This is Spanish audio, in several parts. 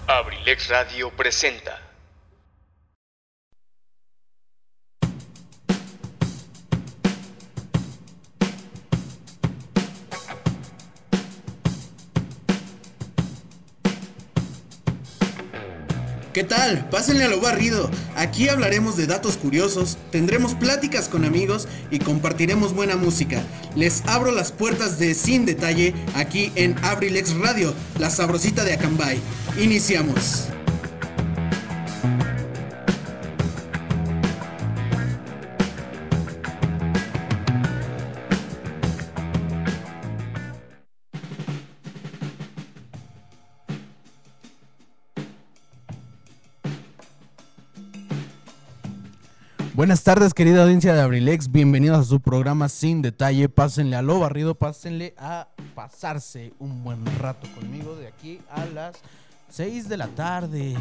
Abrilex Radio presenta. ¿Qué tal? Pásenle a lo barrido. Aquí hablaremos de datos curiosos, tendremos pláticas con amigos y compartiremos buena música. Les abro las puertas de Sin Detalle aquí en Abrilex Radio, la sabrosita de Acambay. Iniciamos. Buenas tardes, querida audiencia de Abrilex, bienvenidos a su programa Sin Detalle. Pásenle a lo barrido, pásenle a pasarse un buen rato conmigo de aquí a las 6 de la tarde.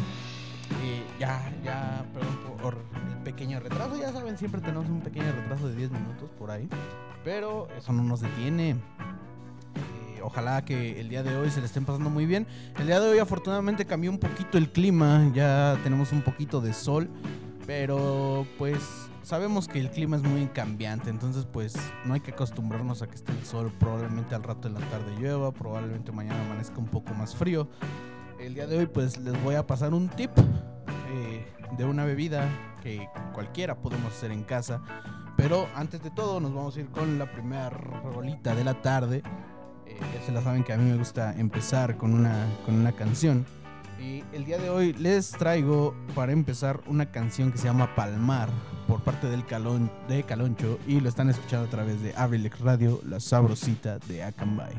Perdón por el pequeño retraso, ya saben, siempre tenemos un pequeño retraso de 10 minutos por ahí, pero eso no nos detiene. Ojalá que el día de hoy se le estén pasando muy bien. El día de hoy afortunadamente cambió un poquito el clima, ya tenemos un poquito de sol. Pero pues sabemos que el clima es muy cambiante, entonces pues no hay que acostumbrarnos a que esté el sol. Probablemente al rato de la tarde llueva, probablemente mañana amanezca un poco más frío. El día de hoy pues les voy a pasar un tip de una bebida que cualquiera podemos hacer en casa. Pero antes de todo nos vamos a ir con la primera rolita de la tarde. Ya se la saben que a mí me gusta empezar con una canción. Y el día de hoy les traigo para empezar una canción que se llama Palmar por parte de Caloncho y lo están escuchando a través de Abrilex Radio, la sabrosita de Acambay.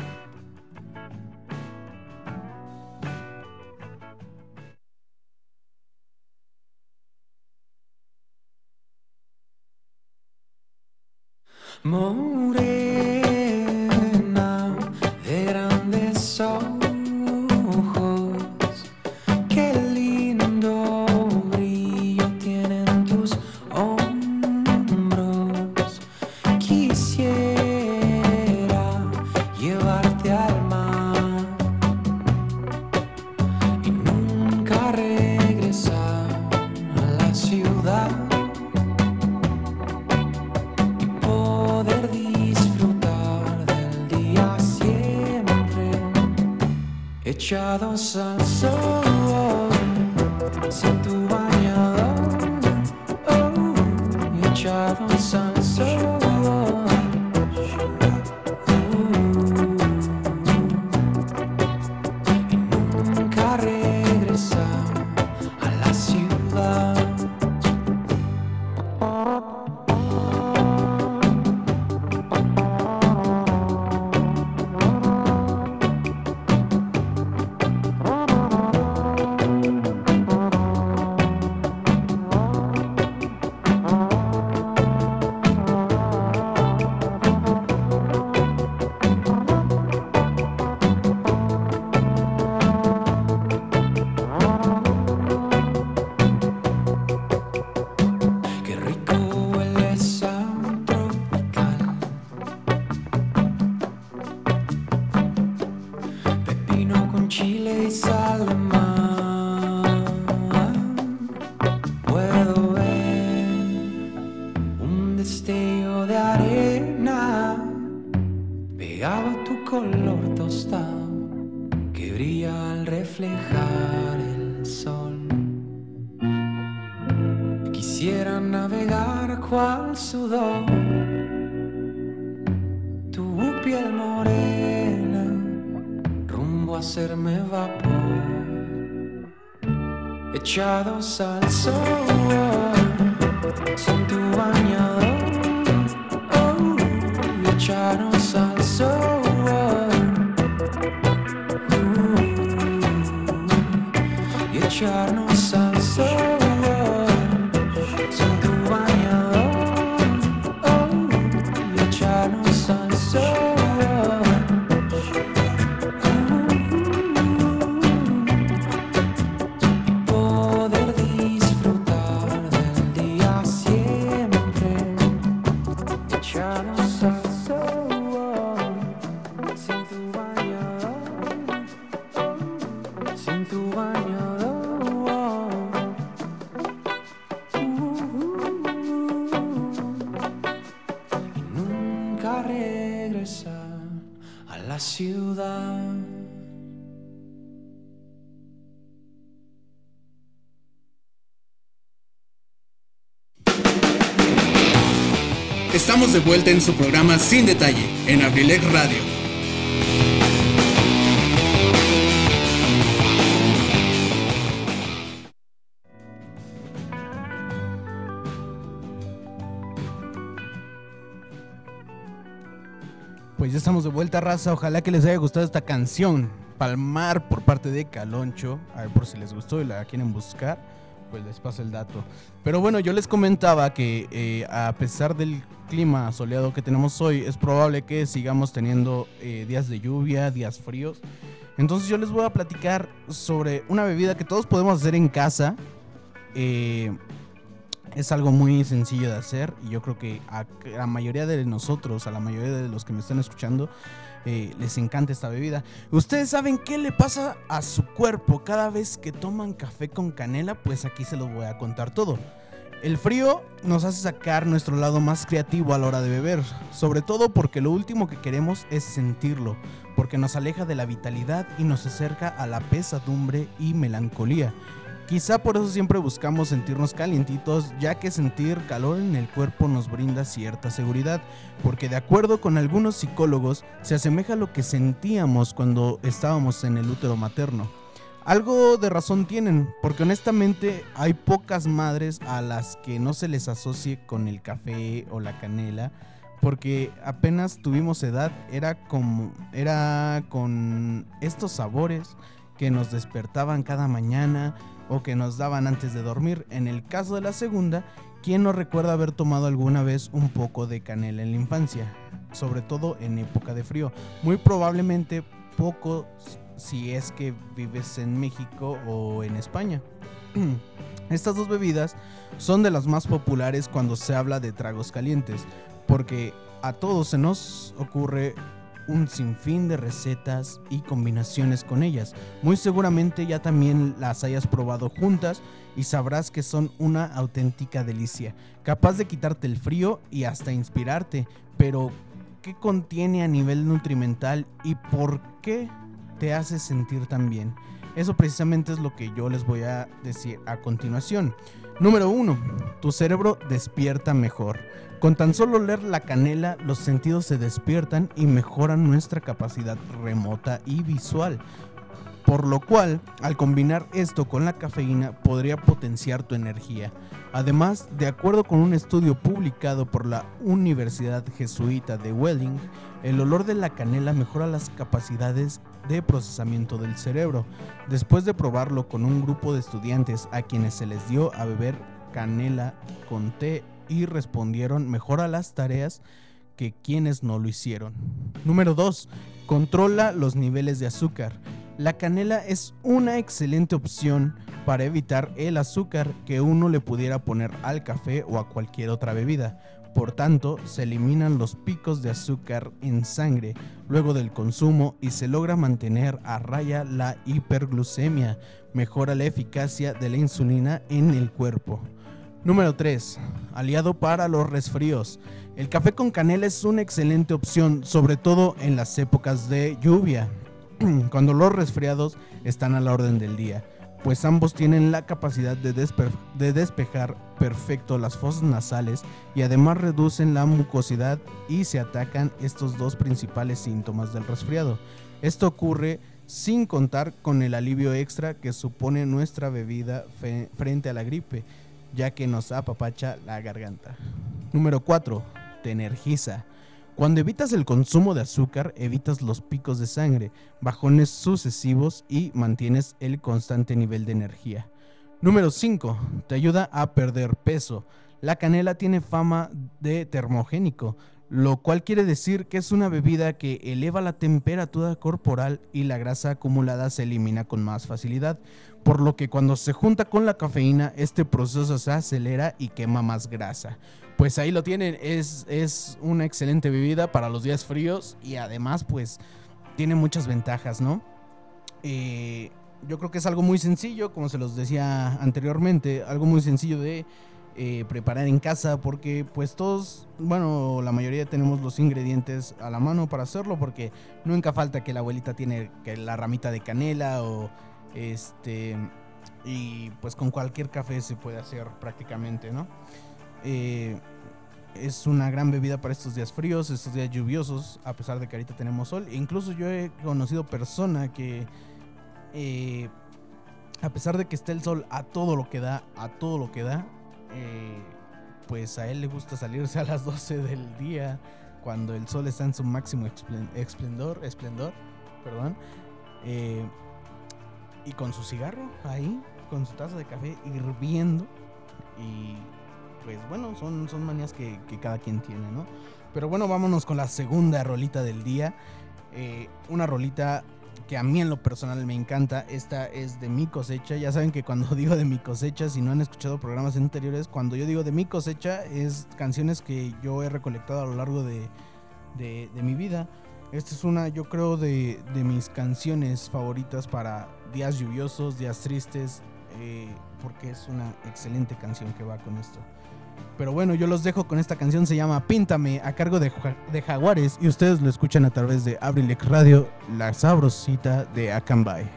Morena de grandes ojos, echados al sol, sin tu bañador, y echados al sol, y nunca regresar a la ciudad. Echados al sol, sin tu bañador, y echados al sol, y echarnos al sol, sin tu bañador, y echarnos al sol. Sin tu bañador. Y nunca regresar a la ciudad. Estamos de vuelta en su programa Sin Detalle, en Abrilec Radio. Pues ya estamos de vuelta, raza. Ojalá que les haya gustado esta canción, Palmar, por parte de Caloncho. A ver por si les gustó y la quieren buscar, pues les paso el dato. Pero bueno, yo les comentaba que a pesar del clima soleado que tenemos hoy, es probable que sigamos teniendo días de lluvia, días fríos. Entonces yo les voy a platicar sobre una bebida que todos podemos hacer en casa. Es algo muy sencillo de hacer y yo creo que a la mayoría de nosotros, a la mayoría de los que me están escuchando, les encanta esta bebida. ¿Ustedes saben qué le pasa a su cuerpo cada vez que toman café con canela? Pues aquí se los voy a contar todo. El frío nos hace sacar nuestro lado más creativo a la hora de beber, sobre todo porque lo último que queremos es sentirlo, porque nos aleja de la vitalidad y nos acerca a la pesadumbre y melancolía. Quizá por eso siempre buscamos sentirnos calientitos, ya que sentir calor en el cuerpo nos brinda cierta seguridad, porque de acuerdo con algunos psicólogos, se asemeja a lo que sentíamos cuando estábamos en el útero materno. Algo de razón tienen, porque honestamente hay pocas madres a las que no se les asocie con el café o la canela, porque apenas tuvimos edad era con estos sabores que nos despertaban cada mañana o que nos daban antes de dormir. En el caso de la segunda, ¿quién no recuerda haber tomado alguna vez un poco de canela en la infancia? Sobre todo en época de frío. Muy probablemente poco si es que vives en México o en España. Estas dos bebidas son de las más populares cuando se habla de tragos calientes, porque a todos se nos ocurre un sinfín de recetas y combinaciones con ellas. Muy seguramente ya también las hayas probado juntas y sabrás que son una auténtica delicia, capaz de quitarte el frío y hasta inspirarte. Pero, ¿qué contiene a nivel nutrimental y por qué te hace sentir tan bien? Eso precisamente es lo que yo les voy a decir a continuación. Número 1. Tu cerebro despierta mejor. Con tan solo oler la canela, los sentidos se despiertan y mejoran nuestra capacidad remota y visual. Por lo cual, al combinar esto con la cafeína, podría potenciar tu energía. Además, de acuerdo con un estudio publicado por la Universidad Jesuita de Welling, el olor de la canela mejora las capacidades de procesamiento del cerebro. Después de probarlo con un grupo de estudiantes a quienes se les dio a beber canela con té y respondieron mejor a las tareas que quienes no lo hicieron. Número 2. Controla los niveles de azúcar. La canela es una excelente opción para evitar el azúcar que uno le pudiera poner al café o a cualquier otra bebida. Por tanto, se eliminan los picos de azúcar en sangre luego del consumo y se logra mantener a raya la hiperglucemia. Mejora la eficacia de la insulina en el cuerpo. Número 3. Aliado para los resfríos. El café con canela es una excelente opción, sobre todo en las épocas de lluvia, cuando los resfriados están a la orden del día, pues ambos tienen la capacidad de despejar perfecto las fosas nasales y además reducen la mucosidad y se atacan estos dos principales síntomas del resfriado. Esto ocurre sin contar con el alivio extra que supone nuestra bebida frente a la gripe, ya que nos apapacha la garganta. Número 4. Te energiza. Cuando evitas el consumo de azúcar, evitas los picos de sangre, bajones sucesivos y mantienes el constante nivel de energía. Número 5. Te ayuda a perder peso. La canela tiene fama de termogénico, lo cual quiere decir que es una bebida que eleva la temperatura corporal y la grasa acumulada se elimina con más facilidad, por lo que cuando se junta con la cafeína, este proceso se acelera y quema más grasa. Pues ahí lo tienen, es una excelente bebida para los días fríos y además pues tiene muchas ventajas, ¿no? yo creo que es algo muy sencillo, como se los decía anteriormente, algo muy sencillo de preparar en casa, porque pues todos, bueno, la mayoría tenemos los ingredientes a la mano para hacerlo, porque nunca falta que la abuelita tiene que la ramita de canela o y pues con cualquier café se puede hacer prácticamente, ¿no? Es una gran bebida para estos días fríos, estos días lluviosos, a pesar de que ahorita tenemos sol. Incluso yo he conocido persona que a pesar de que esté el sol a todo lo que da, pues a él le gusta salirse a las 12 del día, cuando el sol está en su máximo esplendor, perdón, y con su cigarro ahí, con su taza de café hirviendo. Y pues bueno, son manías que cada quien tiene, ¿no? Pero bueno, vámonos con la segunda rolita del día. Una rolita que a mí en lo personal me encanta. Esta es de mi cosecha. Ya saben que cuando digo de mi cosecha, si no han escuchado programas anteriores, cuando yo digo de mi cosecha, es canciones que yo he recolectado a lo largo de mi vida. Esta es una, yo creo, de mis canciones favoritas para días lluviosos, días tristes, porque es una excelente canción que va con esto. Pero bueno, yo los dejo con esta canción, se llama Píntame, a cargo de Jaguares, y ustedes lo escuchan a través de Abrilex Radio, la sabrosita de Acambay.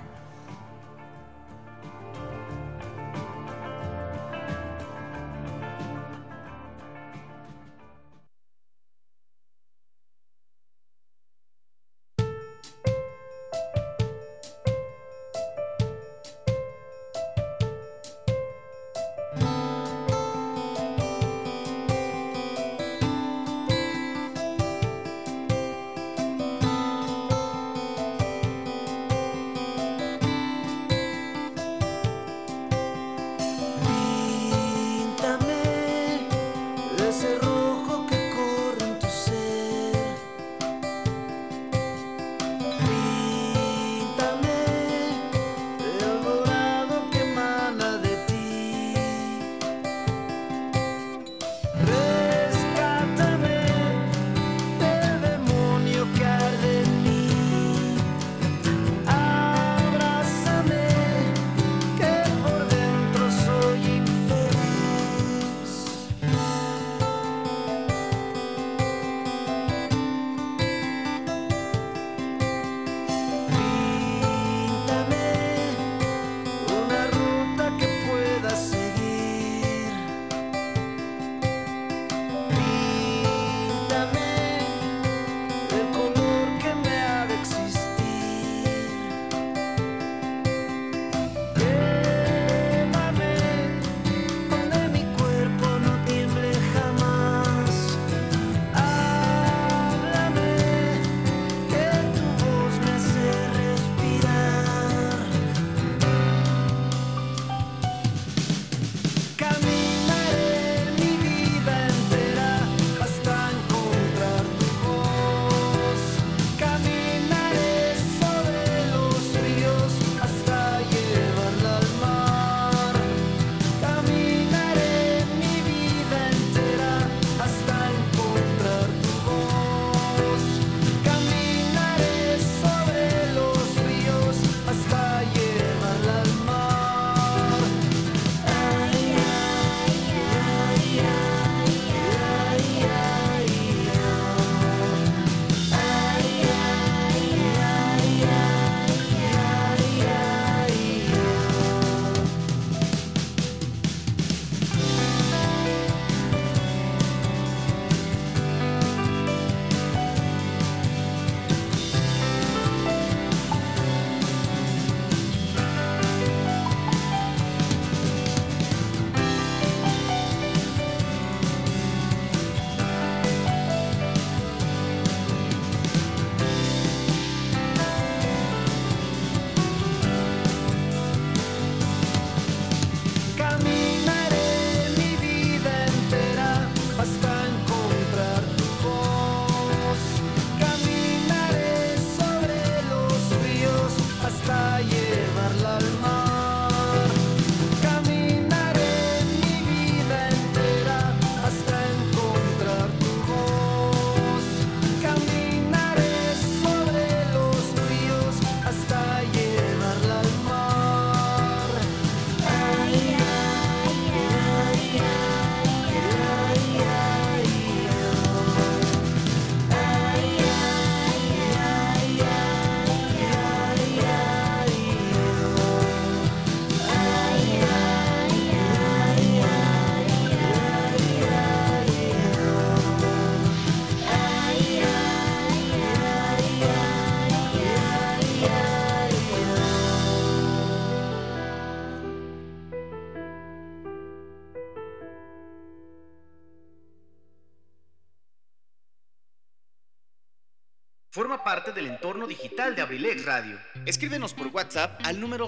Forma parte del entorno digital de Abrilex Radio. Escríbenos por WhatsApp al número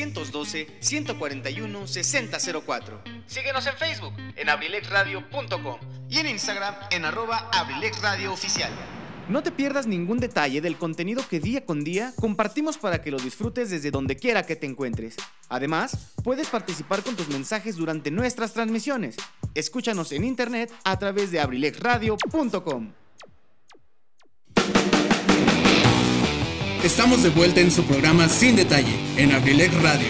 712-141-6004. Síguenos en Facebook en abrilexradio.com y en Instagram en @abrilexradiooficial. No te pierdas ningún detalle del contenido que día con día compartimos para que lo disfrutes desde donde quiera que te encuentres. Además, puedes participar con tus mensajes durante nuestras transmisiones. Escúchanos en internet a través de abrilexradio.com. Estamos de vuelta en su programa Sin Detalle, en Abrilex Radio.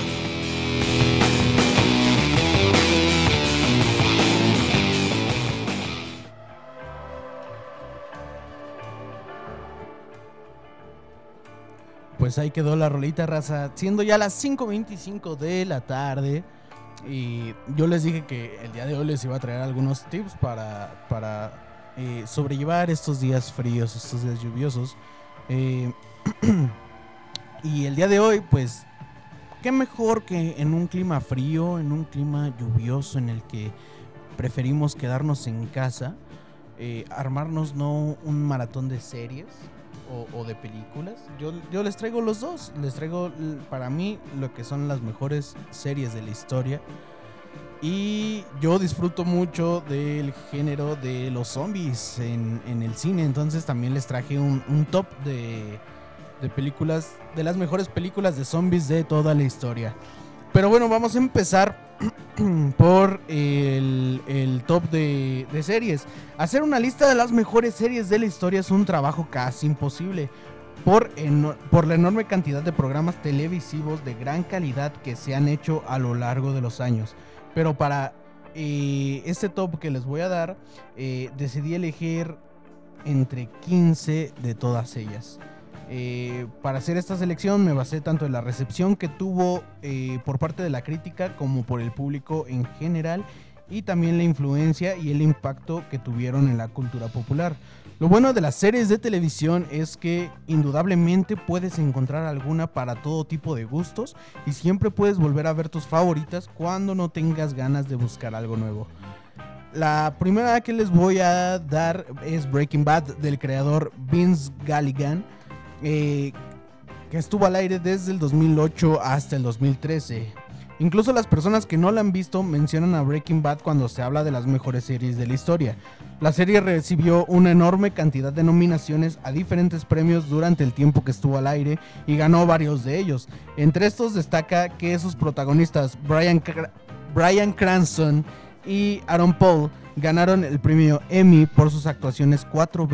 Pues ahí quedó la rolita, raza, siendo ya las 5:25 de la tarde. Y yo les dije que el día de hoy les iba a traer algunos tips para sobrellevar estos días fríos, estos días lluviosos. Y el día de hoy, pues, qué mejor que en un clima frío, en un clima lluvioso en el que preferimos quedarnos en casa, armarnos no un maratón de series o de películas. Yo les traigo los dos, les traigo para mí lo que son las mejores series de la historia. Y yo disfruto mucho del género de los zombies en el cine, entonces también les traje un top de películas, de las mejores películas de zombies de toda la historia. Pero bueno, vamos a empezar por el top de series. Hacer una lista de las mejores series de la historia es un trabajo casi imposible por la enorme cantidad de programas televisivos de gran calidad que se han hecho a lo largo de los años. Pero para este top que les voy a dar, decidí elegir entre 15 de todas ellas. Para hacer esta selección me basé tanto en la recepción que tuvo por parte de la crítica como por el público en general, y también la influencia y el impacto que tuvieron en la cultura popular. Lo bueno de las series de televisión es que indudablemente puedes encontrar alguna para todo tipo de gustos y siempre puedes volver a ver tus favoritas cuando no tengas ganas de buscar algo nuevo. La primera que les voy a dar es Breaking Bad, del creador Vince Gilligan, que estuvo al aire desde el 2008 hasta el 2013. Incluso las personas que no la han visto mencionan a Breaking Bad cuando se habla de las mejores series de la historia. La serie recibió una enorme cantidad de nominaciones a diferentes premios durante el tiempo que estuvo al aire y ganó varios de ellos. Entre estos destaca que sus protagonistas Bryan Cranston y Aaron Paul ganaron el premio Emmy por sus actuaciones 4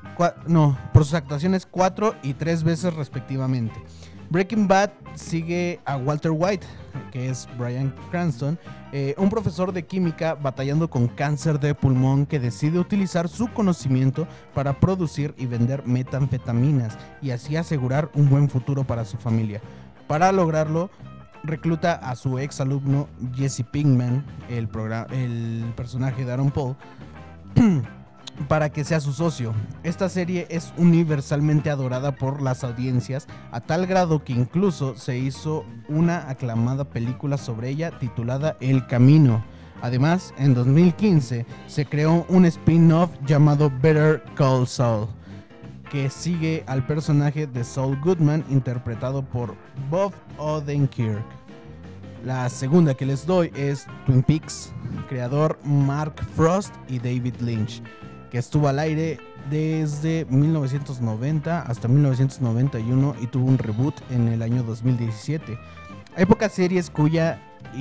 y 3 veces respectivamente. Breaking Bad sigue a Walter White, que es Bryan Cranston, un profesor de química batallando con cáncer de pulmón que decide utilizar su conocimiento para producir y vender metanfetaminas y así asegurar un buen futuro para su familia. Para lograrlo, recluta a su ex alumno Jesse Pinkman, el personaje de Aaron Paul, para que sea su socio. Esta serie es universalmente adorada por las audiencias, a tal grado que incluso se hizo una aclamada película sobre ella titulada El Camino. Además, en 2015 se creó un spin-off llamado Better Call Saul, que sigue al personaje de Saul Goodman, interpretado por Bob Odenkirk. La segunda que les doy es Twin Peaks, creador Mark Frost y David Lynch, que estuvo al aire desde 1990 hasta 1991 y tuvo un reboot en el año 2017. Hay pocas series cuya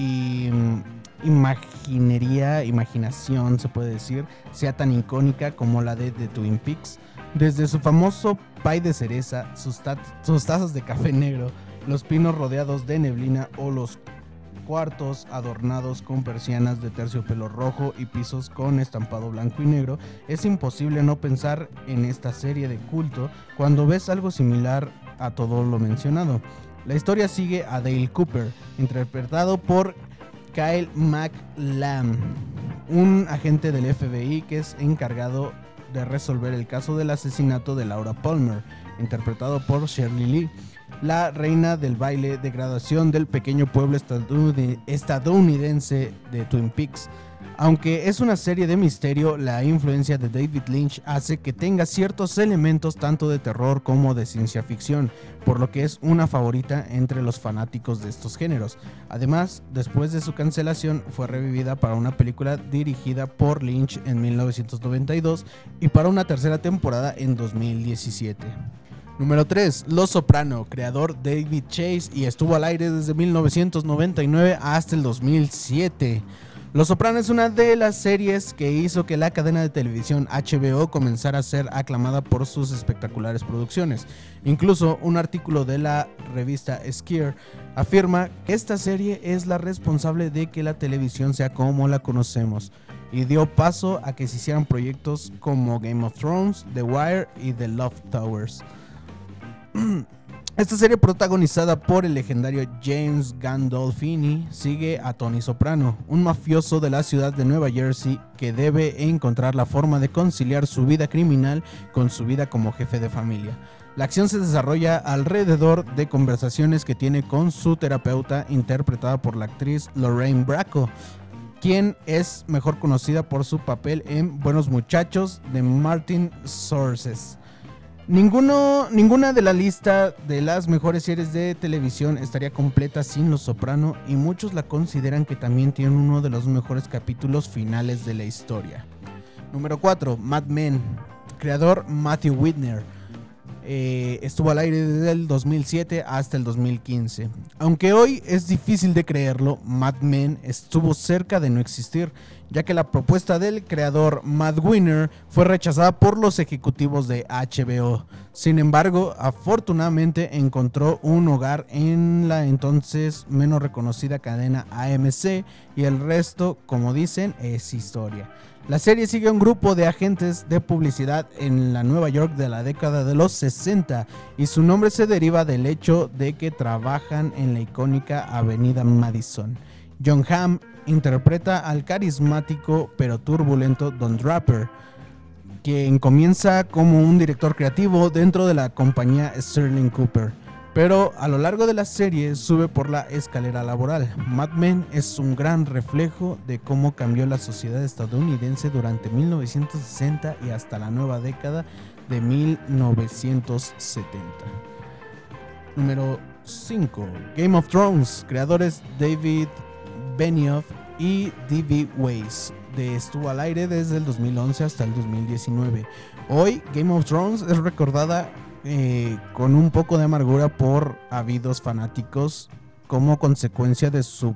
imaginación, se puede decir, sea tan icónica como la de Twin Peaks. Desde su famoso pie de cereza, sus tazas de café negro, los pinos rodeados de neblina o los cuartos adornados con persianas de terciopelo rojo y pisos con estampado blanco y negro, es imposible no pensar en esta serie de culto cuando ves algo similar a todo lo mencionado. La historia sigue a Dale Cooper, interpretado por Kyle MacLachlan, un agente del FBI que es encargado de resolver el caso del asesinato de Laura Palmer, interpretado por Shirley Lee, la reina del baile de graduación del pequeño pueblo estadounidense de Twin Peaks. Aunque es una serie de misterio, la influencia de David Lynch hace que tenga ciertos elementos tanto de terror como de ciencia ficción, por lo que es una favorita entre los fanáticos de estos géneros. Además, después de su cancelación, fue revivida para una película dirigida por Lynch en 1992 y para una tercera temporada en 2017. Número 3. Los Soprano, creador David Chase, y estuvo al aire desde 1999 hasta el 2007. Los Soprano es una de las series que hizo que la cadena de televisión HBO comenzara a ser aclamada por sus espectaculares producciones. Incluso un artículo de la revista Esquire afirma que esta serie es la responsable de que la televisión sea como la conocemos, y dio paso a que se hicieran proyectos como Game of Thrones, The Wire y The Love Towers. Esta serie, protagonizada por el legendario James Gandolfini, sigue a Tony Soprano, un mafioso de la ciudad de Nueva Jersey que debe encontrar la forma de conciliar su vida criminal con su vida como jefe de familia. La acción se desarrolla alrededor de conversaciones que tiene con su terapeuta, interpretada por la actriz Lorraine Bracco, quien es mejor conocida por su papel en Buenos Muchachos de Martin Scorsese. Ninguna de la lista de las mejores series de televisión estaría completa sin Los Soprano, y muchos la consideran que también tienen uno de los mejores capítulos finales de la historia. Número 4. Mad Men, creador Matthew Whitner. Estuvo al aire desde el 2007 hasta el 2015. Aunque hoy es difícil de creerlo, Mad Men estuvo cerca de no existir, ya que la propuesta del creador Matt Weiner fue rechazada por los ejecutivos de HBO. Sin embargo, afortunadamente encontró un hogar en la entonces menos reconocida cadena AMC, y el resto, como dicen, es historia. La serie sigue a un grupo de agentes de publicidad en la Nueva York de la década de los 60, y su nombre se deriva del hecho de que trabajan en la icónica Avenida Madison. Jon Hamm interpreta al carismático pero turbulento Don Draper, quien comienza como un director creativo dentro de la compañía Sterling Cooper, pero a lo largo de la serie sube por la escalera laboral. Mad Men es un gran reflejo de cómo cambió la sociedad estadounidense durante 1960 y hasta la nueva década de 1970. Número 5. Game of Thrones, creadores David Benioff y D.B. Weiss. Estuvo al aire desde el 2011 hasta el 2019. Hoy Game of Thrones es recordada con un poco de amargura por ávidos fanáticos como consecuencia de su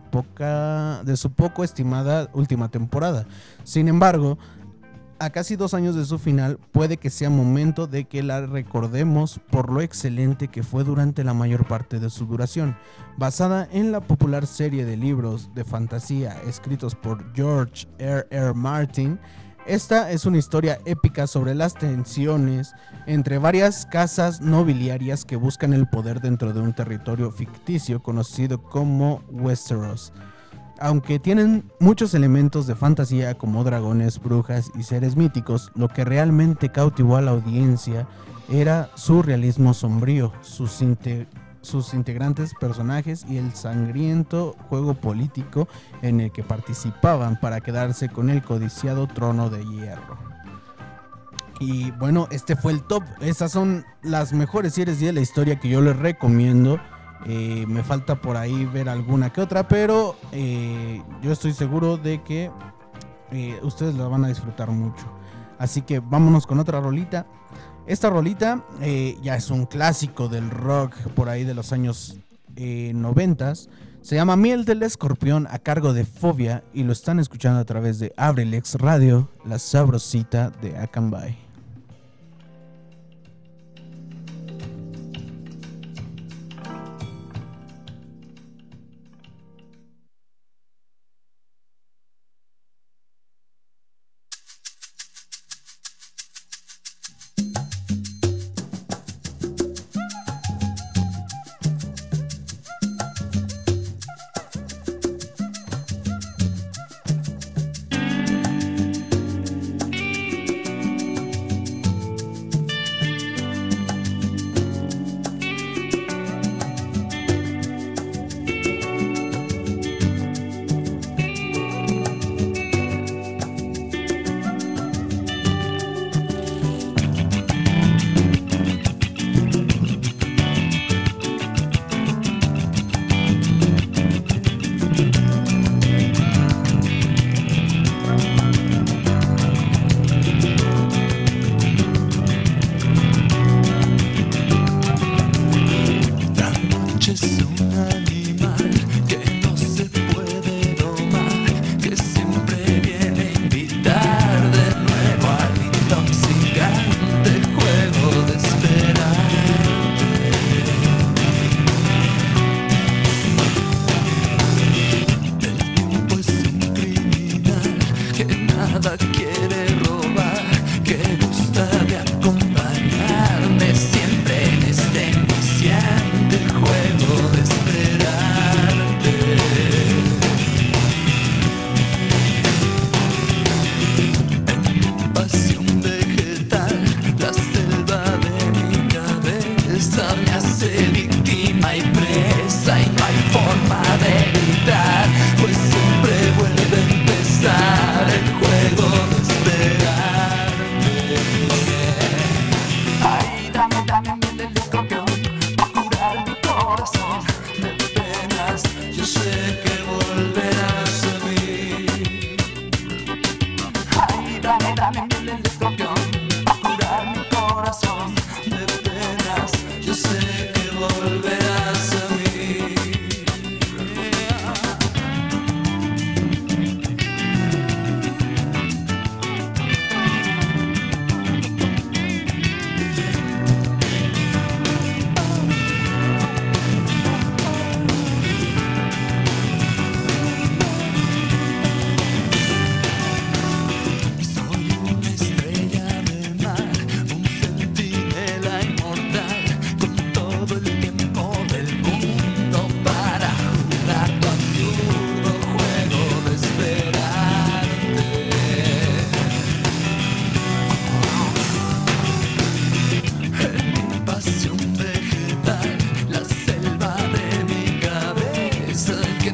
poco estimada última temporada. Sin embargo, a casi 2 años de su final, puede que sea momento de que la recordemos por lo excelente que fue durante la mayor parte de su duración. Basada en la popular serie de libros de fantasía escritos por George R.R. Martin, esta es una historia épica sobre las tensiones entre varias casas nobiliarias que buscan el poder dentro de un territorio ficticio conocido como Westeros. Aunque tienen muchos elementos de fantasía como dragones, brujas y seres míticos, lo que realmente cautivó a la audiencia era su realismo sombrío, sus integrantes personajes y el sangriento juego político en el que participaban para quedarse con el codiciado trono de hierro. Y bueno, este fue el top. Esas son las mejores series de la historia que yo les recomiendo. Me falta por ahí ver alguna que otra, pero yo estoy seguro de que ustedes la van a disfrutar mucho. Así que vámonos con otra rolita. Esta rolita ya es un clásico del rock por ahí de los años 90. Se llama Miel del Escorpión, a cargo de Fobia, y lo están escuchando a través de Abrilex Radio, la sabrosita de Acambay.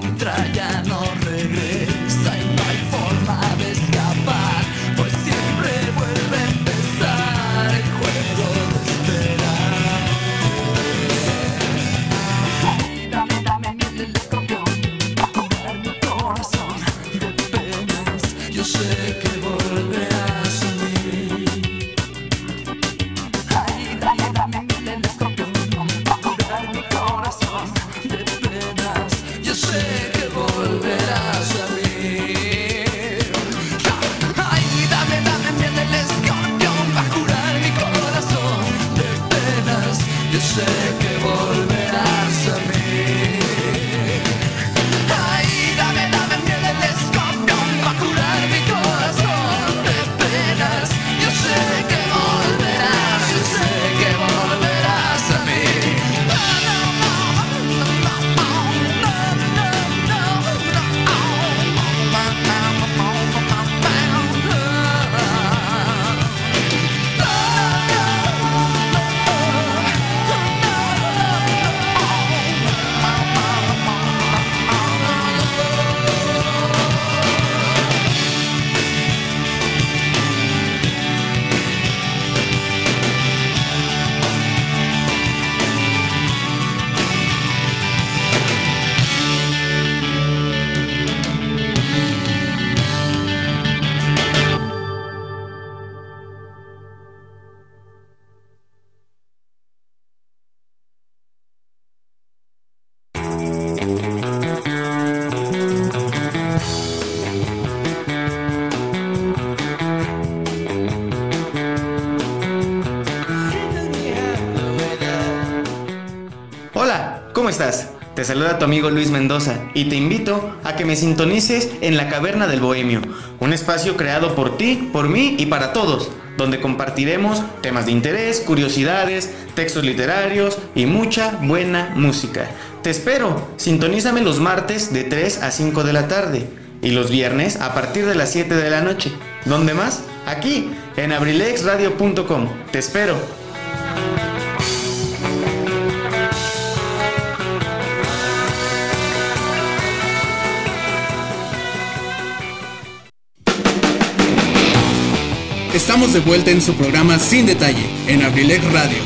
entra ya no regresa y no hay forma de escapar, pues siempre vuelve a empezar el juego de esperar. Ay, dame, dame miel el escorpión, jugar mi corazón de penas, yo sé que volverás a mí. Ay, dame, dame miel el escorpión, jugar mi corazón de penas, yo sé que volverás a mí. Ay, dame, dame miel el escorpión para curar mi corazón de penas, yo sé que volverás a mí. Ay, dame, dame miel el escorpión para curar mi corazón de penas, yo sé que volverás, yo sé que volverás a mí. Hola, ¿cómo estás? Te saluda tu amigo Luis Mendoza y te invito a que me sintonices en La Caverna del Bohemio, un espacio creado por ti, por mí y para todos, donde compartiremos temas de interés, curiosidades, textos literarios y mucha buena música. Te espero, sintonízame los martes de 3 a 5 de la tarde y los viernes a partir de las 7 de la noche. ¿Dónde más? Aquí, en abrilexradio.com. Te espero. Estamos de vuelta en su programa Sin Detalle, en Abrilex Radio.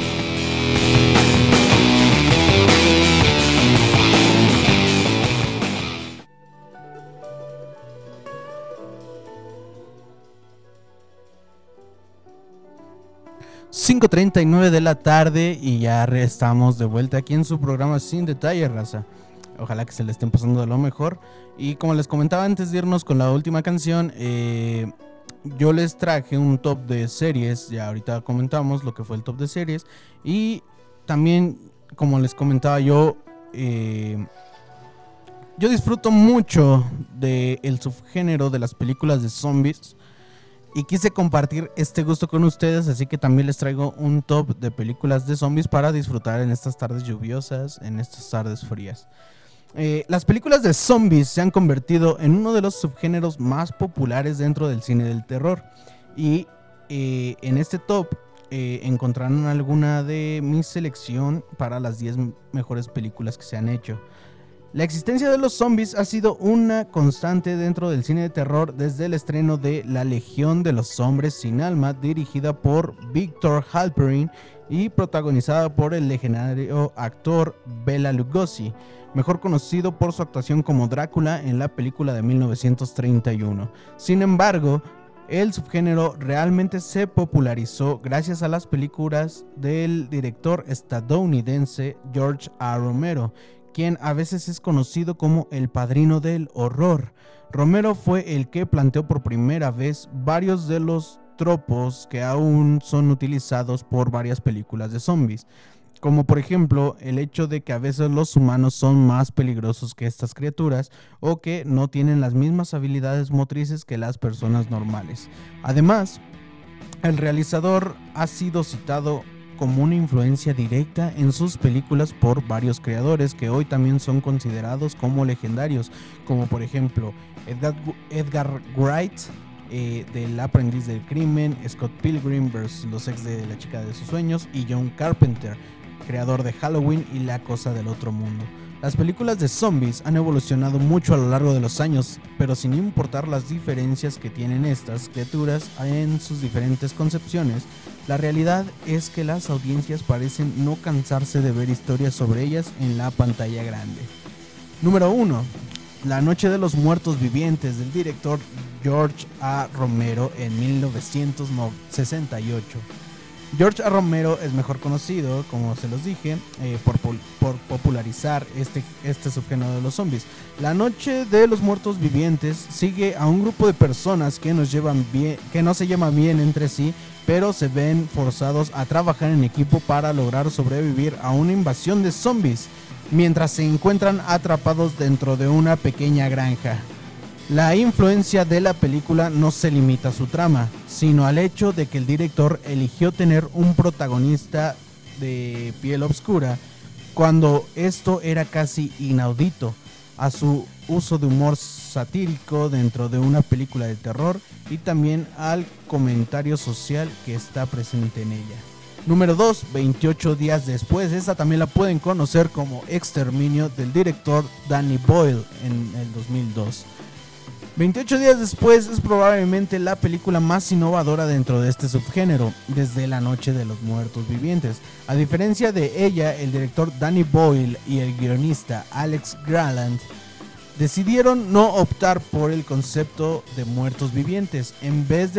.39 de la tarde y ya estamos de vuelta aquí en su programa Sin Detalle, raza. Ojalá que se le estén pasando de lo mejor. Y como les comentaba antes de irnos con la última canción, yo les traje un top de series. Ya ahorita comentamos lo que fue el top de series. Y también, como les comentaba yo disfruto mucho del subgénero de las películas de zombies. Y quise compartir este gusto con ustedes, así que también les traigo un top de películas de zombies para disfrutar en estas tardes lluviosas, en estas tardes frías. Las películas de zombies se han convertido en uno de los subgéneros más populares dentro del cine del terror. Y en este top encontrarán alguna de mi selección para las 10 mejores películas que se han hecho. La existencia de los zombies ha sido una constante dentro del cine de terror desde el estreno de La Legión de los Hombres Sin Alma, dirigida por Victor Halperin y protagonizada por el legendario actor Bela Lugosi, mejor conocido por su actuación como Drácula en la película de 1931. Sin embargo, el subgénero realmente se popularizó gracias a las películas del director estadounidense George A. Romero, quien a veces es conocido como el padrino del horror. Romero fue el que planteó por primera vez varios de los tropos que aún son utilizados por varias películas de zombies, como por ejemplo el hecho de que a veces los humanos son más peligrosos que estas criaturas o que no tienen las mismas habilidades motrices que las personas normales. Además, el realizador ha sido citado como una influencia directa en sus películas por varios creadores que hoy también son considerados como legendarios, como por ejemplo Edgar Wright, del Aprendiz del Crimen, Scott Pilgrim vs. los ex de la chica de sus sueños, y John Carpenter, creador de Halloween y La Cosa del Otro Mundo. Las películas de zombies han evolucionado mucho a lo largo de los años, pero sin importar las diferencias que tienen estas criaturas en sus diferentes concepciones, la realidad es que las audiencias parecen no cansarse de ver historias sobre ellas en la pantalla grande. Número 1. La Noche de los Muertos Vivientes, del director George A. Romero en 1968. George A. Romero es mejor conocido, como se los dije, por popularizar este subgénero de los zombies. La Noche de los Muertos Vivientes sigue a un grupo de personas que no se llevan bien entre sí, pero se ven forzados a trabajar en equipo para lograr sobrevivir a una invasión de zombies, mientras se encuentran atrapados dentro de una pequeña granja. La influencia de la película no se limita a su trama, sino al hecho de que el director eligió tener un protagonista de piel oscura, cuando esto era casi inaudito, a su uso de humor satírico dentro de una película de terror y también al comentario social que está presente en ella. Número 2, 28 días después. Esta también la pueden conocer como Exterminio, del director Danny Boyle en el 2002. 28 días después es probablemente la película más innovadora dentro de este subgénero, desde La Noche de los Muertos Vivientes. A diferencia de ella, el director Danny Boyle y el guionista Alex Garland decidieron no optar por el concepto de muertos vivientes, en vez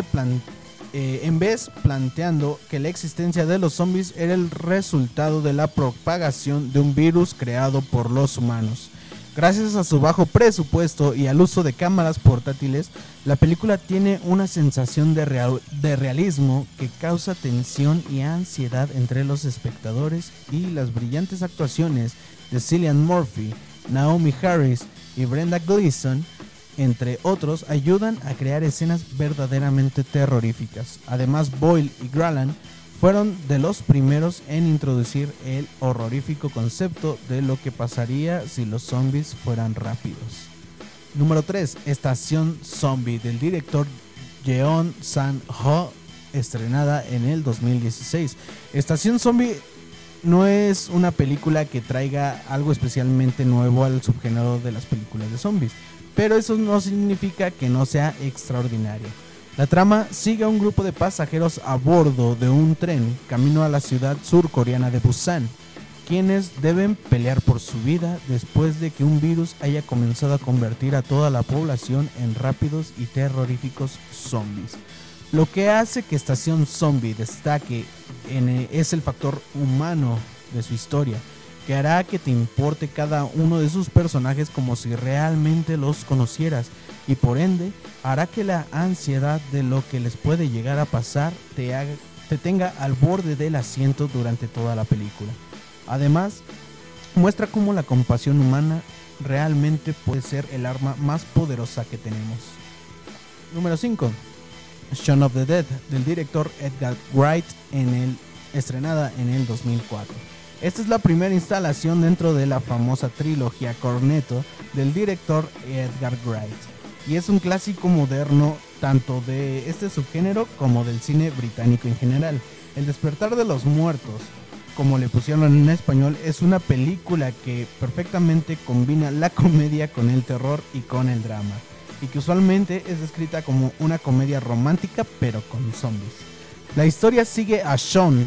planteando que la existencia de los zombies era el resultado de la propagación de un virus creado por los humanos. Gracias a su bajo presupuesto y al uso de cámaras portátiles, la película tiene una sensación de realismo que causa tensión y ansiedad entre los espectadores, y las brillantes actuaciones de Cillian Murphy, Naomi Harris y Brenda Gleeson, entre otros, ayudan a crear escenas verdaderamente terroríficas. Además, Boyle y Garland fueron de los primeros en introducir el horrorífico concepto de lo que pasaría si los zombies fueran rápidos. Número 3. Estación Zombie, del director Jeon Sang-ho, estrenada en el 2016. Estación Zombie no es una película que traiga algo especialmente nuevo al subgénero de las películas de zombies, pero eso no significa que no sea extraordinaria. La trama sigue a un grupo de pasajeros a bordo de un tren camino a la ciudad surcoreana de Busan, quienes deben pelear por su vida después de que un virus haya comenzado a convertir a toda la población en rápidos y terroríficos zombies. Lo que hace que Estación Zombie destaque es el factor humano de su historia, que hará que te importe cada uno de sus personajes como si realmente los conocieras, y por ende hará que la ansiedad de lo que les puede llegar a pasar te tenga al borde del asiento durante toda la película. Además, muestra cómo la compasión humana realmente puede ser el arma más poderosa que tenemos. Número 5. Shaun of the Dead, del director Edgar Wright, estrenada en el 2004. Esta es la primera instalación dentro de la famosa trilogía Cornetto del director Edgar Wright, y es un clásico moderno tanto de este subgénero como del cine británico en general. El despertar de los muertos, como le pusieron en español, es una película que perfectamente combina la comedia con el terror y con el drama, y que usualmente es descrita como una comedia romántica pero con zombies. La historia sigue a Shaun,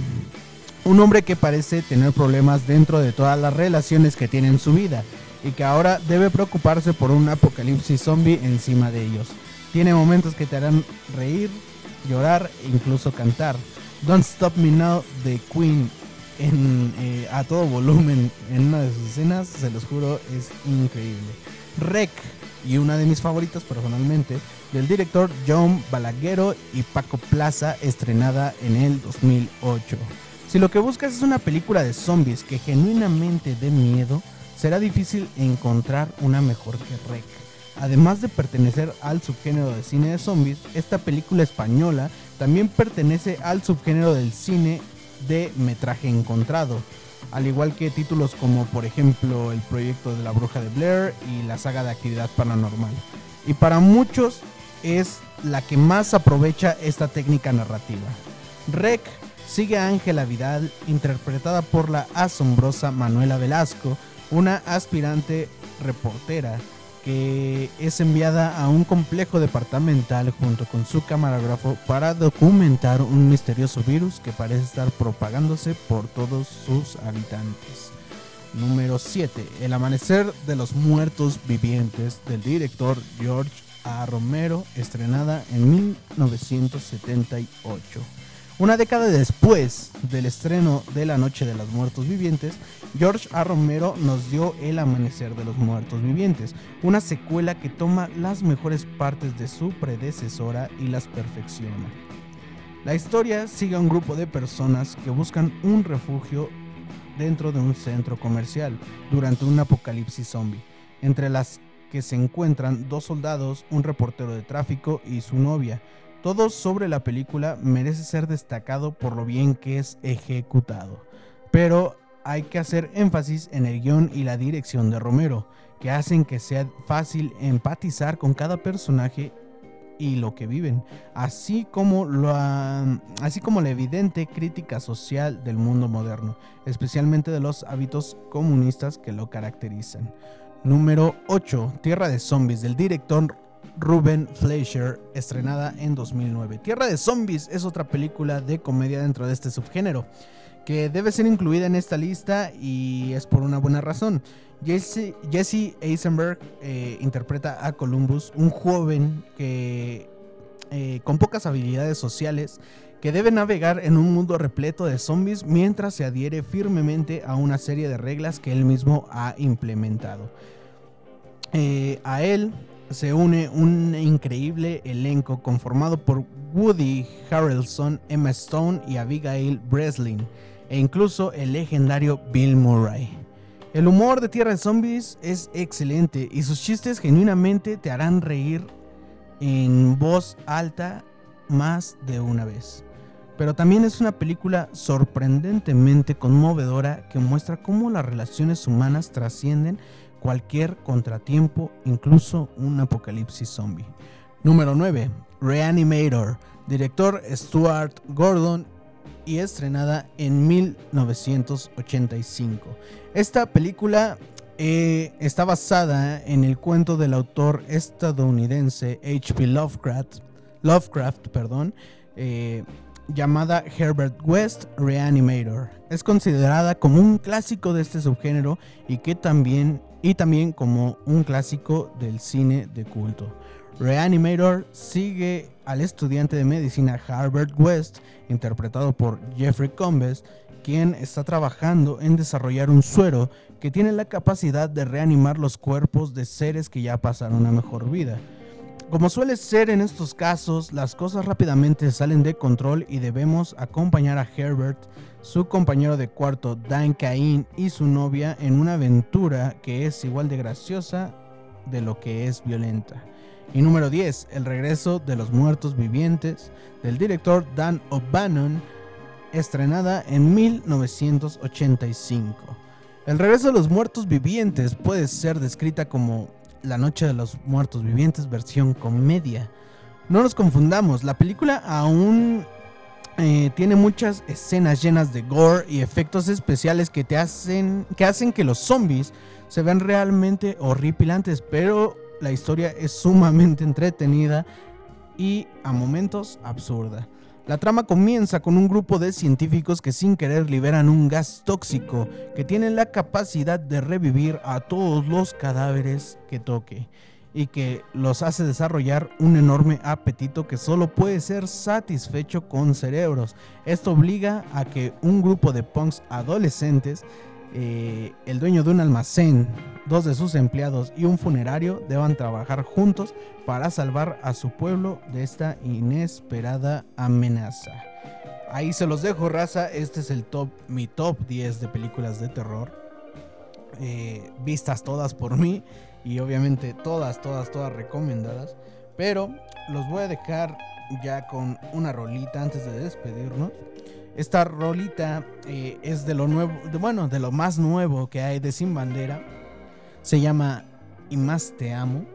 un hombre que parece tener problemas dentro de todas las relaciones que tiene en su vida, y que ahora debe preocuparse por un apocalipsis zombie encima de ellos. Tiene momentos que te harán reír, llorar e incluso cantar. Don't Stop Me Now de Queen a todo volumen en una de sus escenas, se los juro, es increíble. Rec, y una de mis favoritas personalmente, del director John Balaguero y Paco Plaza, estrenada en el 2008. Si lo que buscas es una película de zombies que genuinamente dé miedo, será difícil encontrar una mejor que Rec. Además de pertenecer al subgénero de cine de zombies, esta película española también pertenece al subgénero del cine de metraje encontrado, al igual que títulos como por ejemplo El Proyecto de la Bruja de Blair y la saga de Actividad Paranormal. Y para muchos es la que más aprovecha esta técnica narrativa. Rec sigue a Ángela Vidal, interpretada por la asombrosa Manuela Velasco, una aspirante reportera que es enviada a un complejo departamental junto con su camarógrafo para documentar un misterioso virus que parece estar propagándose por todos sus habitantes. Número 7. El amanecer de los muertos vivientes, del director George A. Romero, estrenada en 1978. Una década después del estreno de La Noche de los Muertos Vivientes, George A. Romero nos dio El Amanecer de los Muertos Vivientes, una secuela que toma las mejores partes de su predecesora y las perfecciona. La historia sigue a un grupo de personas que buscan un refugio dentro de un centro comercial durante un apocalipsis zombie, entre las que se encuentran 2 soldados, un reportero de tráfico y su novia. Todo sobre la película merece ser destacado por lo bien que es ejecutado, pero hay que hacer énfasis en el guión y la dirección de Romero, que hacen que sea fácil empatizar con cada personaje y lo que viven, así como la evidente crítica social del mundo moderno, especialmente de los hábitos comunistas que lo caracterizan. Número 8. Tierra de Zombies, del director Ruben Fleischer, estrenada en 2009. Tierra de Zombies es otra película de comedia dentro de este subgénero, que debe ser incluida en esta lista y es por una buena razón. Jesse Eisenberg interpreta a Columbus, un joven que con pocas habilidades sociales que debe navegar en un mundo repleto de zombies mientras se adhiere firmemente a una serie de reglas que él mismo ha implementado. A él se une un increíble elenco conformado por Woody Harrelson, Emma Stone y Abigail Breslin, e incluso el legendario Bill Murray. El humor de Tierra de Zombies es excelente y sus chistes genuinamente te harán reír en voz alta más de una vez. Pero también es una película sorprendentemente conmovedora que muestra cómo las relaciones humanas trascienden cualquier contratiempo, incluso un apocalipsis zombie. Número 9. Reanimator, director Stuart Gordon y estrenada en 1985. Esta película está basada en el cuento del autor estadounidense H.P. Lovecraft, llamada Herbert West Reanimator. Es considerada como un clásico de este subgénero y también como un clásico del cine de culto. Reanimator sigue al estudiante de medicina Herbert West, interpretado por Jeffrey Combs, quien está trabajando en desarrollar un suero que tiene la capacidad de reanimar los cuerpos de seres que ya pasaron a mejor vida. Como suele ser en estos casos, las cosas rápidamente salen de control y debemos acompañar a Herbert, su compañero de cuarto Dan Cain y su novia en una aventura que es igual de graciosa de lo que es violenta. Y número 10, El regreso de los muertos vivientes, del director Dan O'Bannon, estrenada en 1985. El regreso de los muertos vivientes puede ser descrita como La Noche de los Muertos Vivientes versión comedia. No nos confundamos, la película aún tiene muchas escenas llenas de gore y efectos especiales que hacen que los zombies se vean realmente horripilantes, pero la historia es sumamente entretenida y a momentos absurda. La trama comienza con un grupo de científicos que sin querer liberan un gas tóxico que tiene la capacidad de revivir a todos los cadáveres que toque y que los hace desarrollar un enorme apetito que solo puede ser satisfecho con cerebros. Esto obliga a que un grupo de punks adolescentes, el dueño de un almacén, 2 de sus empleados y un funerario deban trabajar juntos para salvar a su pueblo de esta inesperada amenaza. Ahí se los dejo, raza. Este es mi top 10 de películas de terror, vistas todas por mí y obviamente todas recomendadas, pero los voy a dejar ya con una rolita antes de despedirnos. Esta rolita es de lo nuevo, de lo más nuevo que hay de Sin Bandera. Se llama Y Más Te Amo.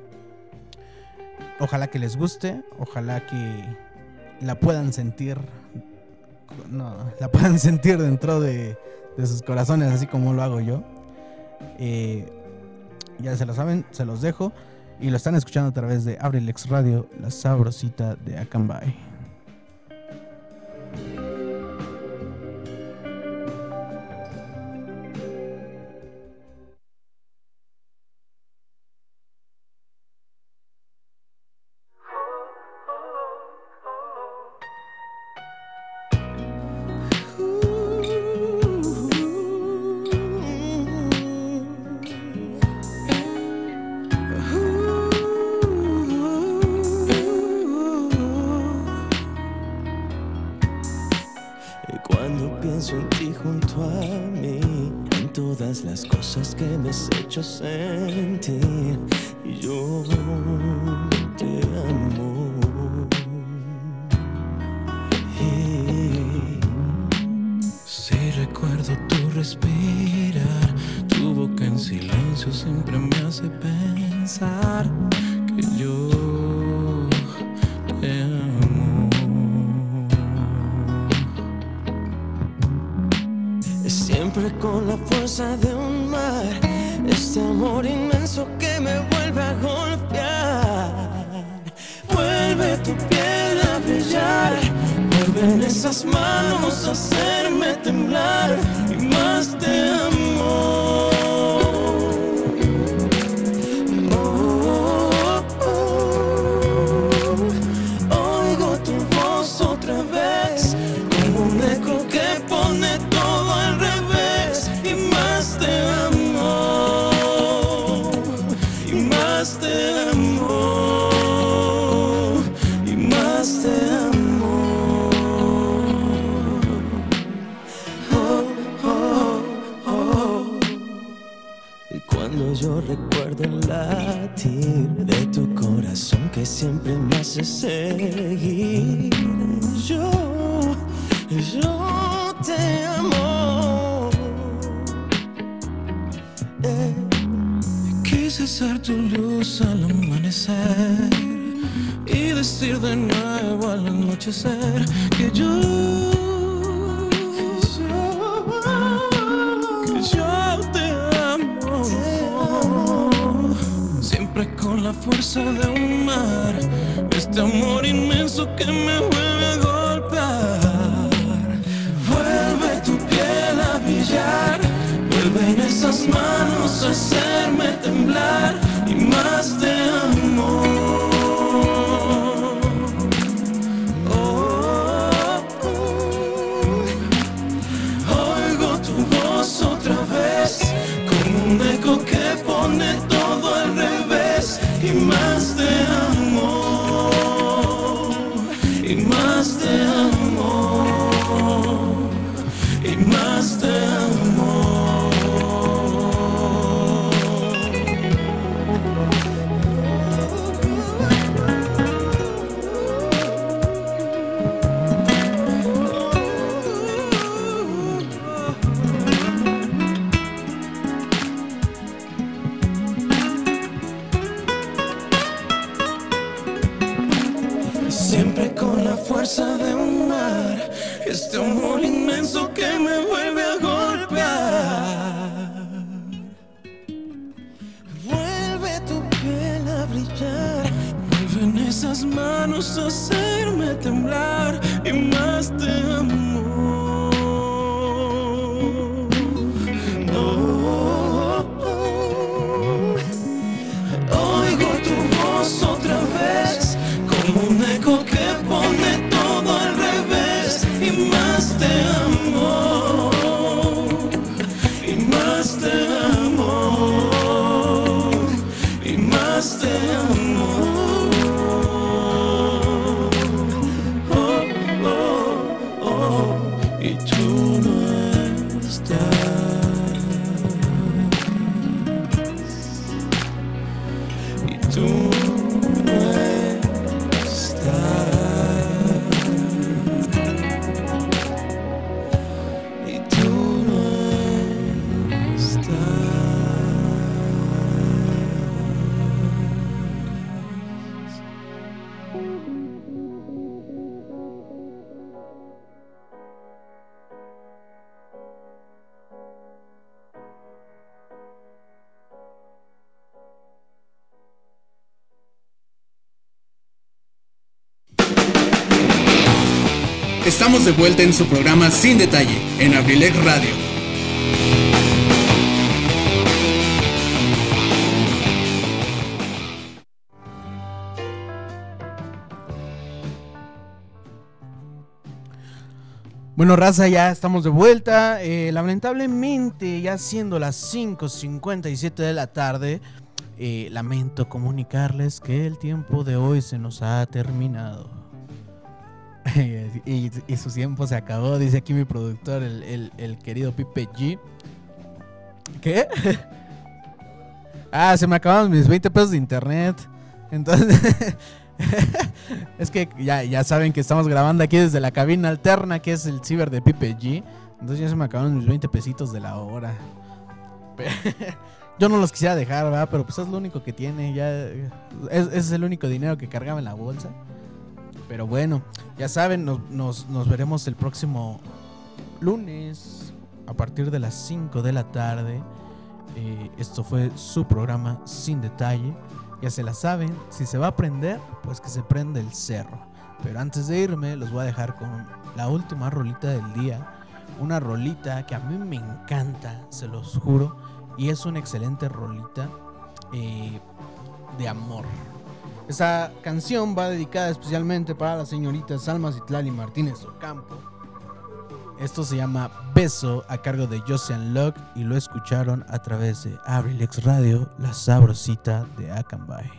Ojalá que les guste, ojalá que la puedan sentir, dentro de sus corazones, así como lo hago yo. Ya se lo saben, se los dejo. Y lo están escuchando a través de Abrilex Radio, la sabrosita de Acambay. Cuando pienso en ti junto a mí, en todas las cosas que me has hecho sentir, yo te amo. Y si recuerdo tu respirar, tu boca en silencio siempre me hace pensar que yo te amo. Siempre con la fuerza de un mar, este amor inmenso que me vuelve a golpear. Vuelve tu piel a brillar, vuelven esas manos a hacerme temblar y más te amo. Oh, oh, oh. Oigo tu voz otra vez, como un eco que pone todo al revés y más te amo, y más te amo, y más te amo. Oh, oh, oh. Y cuando yo recuerdo el latir de tu corazón que siempre me hace seguir, yo te amo. Quise ser tu luz al amanecer y decir de nuevo al anochecer que yo te amo. Siempre con la fuerza de un mar, este amor inmenso que me vuelve a golpear. Vuelve tu piel a brillar, vuelven esas manos a hacerme temblar y más te amo. Oh, oh. Oigo tu voz otra vez, como un eco que pone todo al revés y más te amo, y más te amo, y más te amo. Siempre con la fuerza de un mar, este amor inmenso que me vuelve a golpear. Vuelve tu piel a brillar, vuelven esas manos a hacerme temblar y más te amo. Oh, oh, oh. Oigo tu voz otra vez, como un eco que pone todo al revés y más te amo, y más te amo, y más te amo. Oh, oh, oh. Y tú no estás, y tú no estás. Y tú no estás. Estamos de vuelta en su programa Sin Detalle, en Abrilex Radio. Bueno, raza, ya estamos de vuelta. Lamentablemente, ya siendo las 5:57 de la tarde, lamento comunicarles que el tiempo de hoy se nos ha terminado. y su tiempo se acabó, dice aquí mi productor, el querido Pipe G. ¿Qué? Se me acabaron mis 20 pesos de internet. Entonces... es que ya saben que estamos grabando aquí desde la cabina alterna, que es el ciber de Pipe G. Entonces ya se me acabaron mis 20 pesitos de la hora. Yo no los quisiera dejar, ¿verdad? Pero pues es lo único que tiene. Es el único dinero que cargaba en la bolsa. Pero bueno, ya saben, nos veremos el próximo lunes a partir de las 5 de la tarde. Esto fue su programa Sin Detalle. Ya se la saben, si se va a prender, pues que se prende el cerro. Pero antes de irme, los voy a dejar con la última rolita del día. Una rolita que a mí me encanta, se los juro. Y es una excelente rolita de amor. Esa canción va dedicada especialmente para la señorita Salma Citlali Martínez Ocampo. Esto se llama Beso, a cargo de Josean Locke, y lo escucharon a través de Abrilex Radio, la sabrosita de Acambay.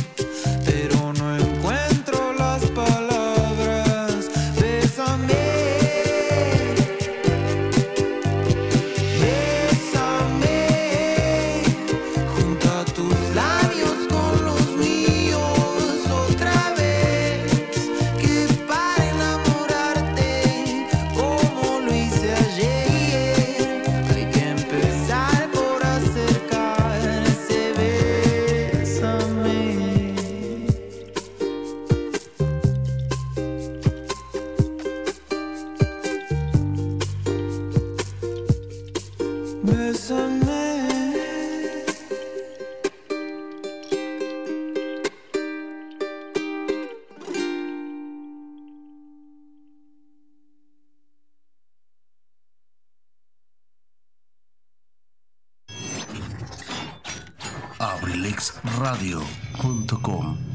Pero no encuentro las palabras. Bésame. abrilexradio.com.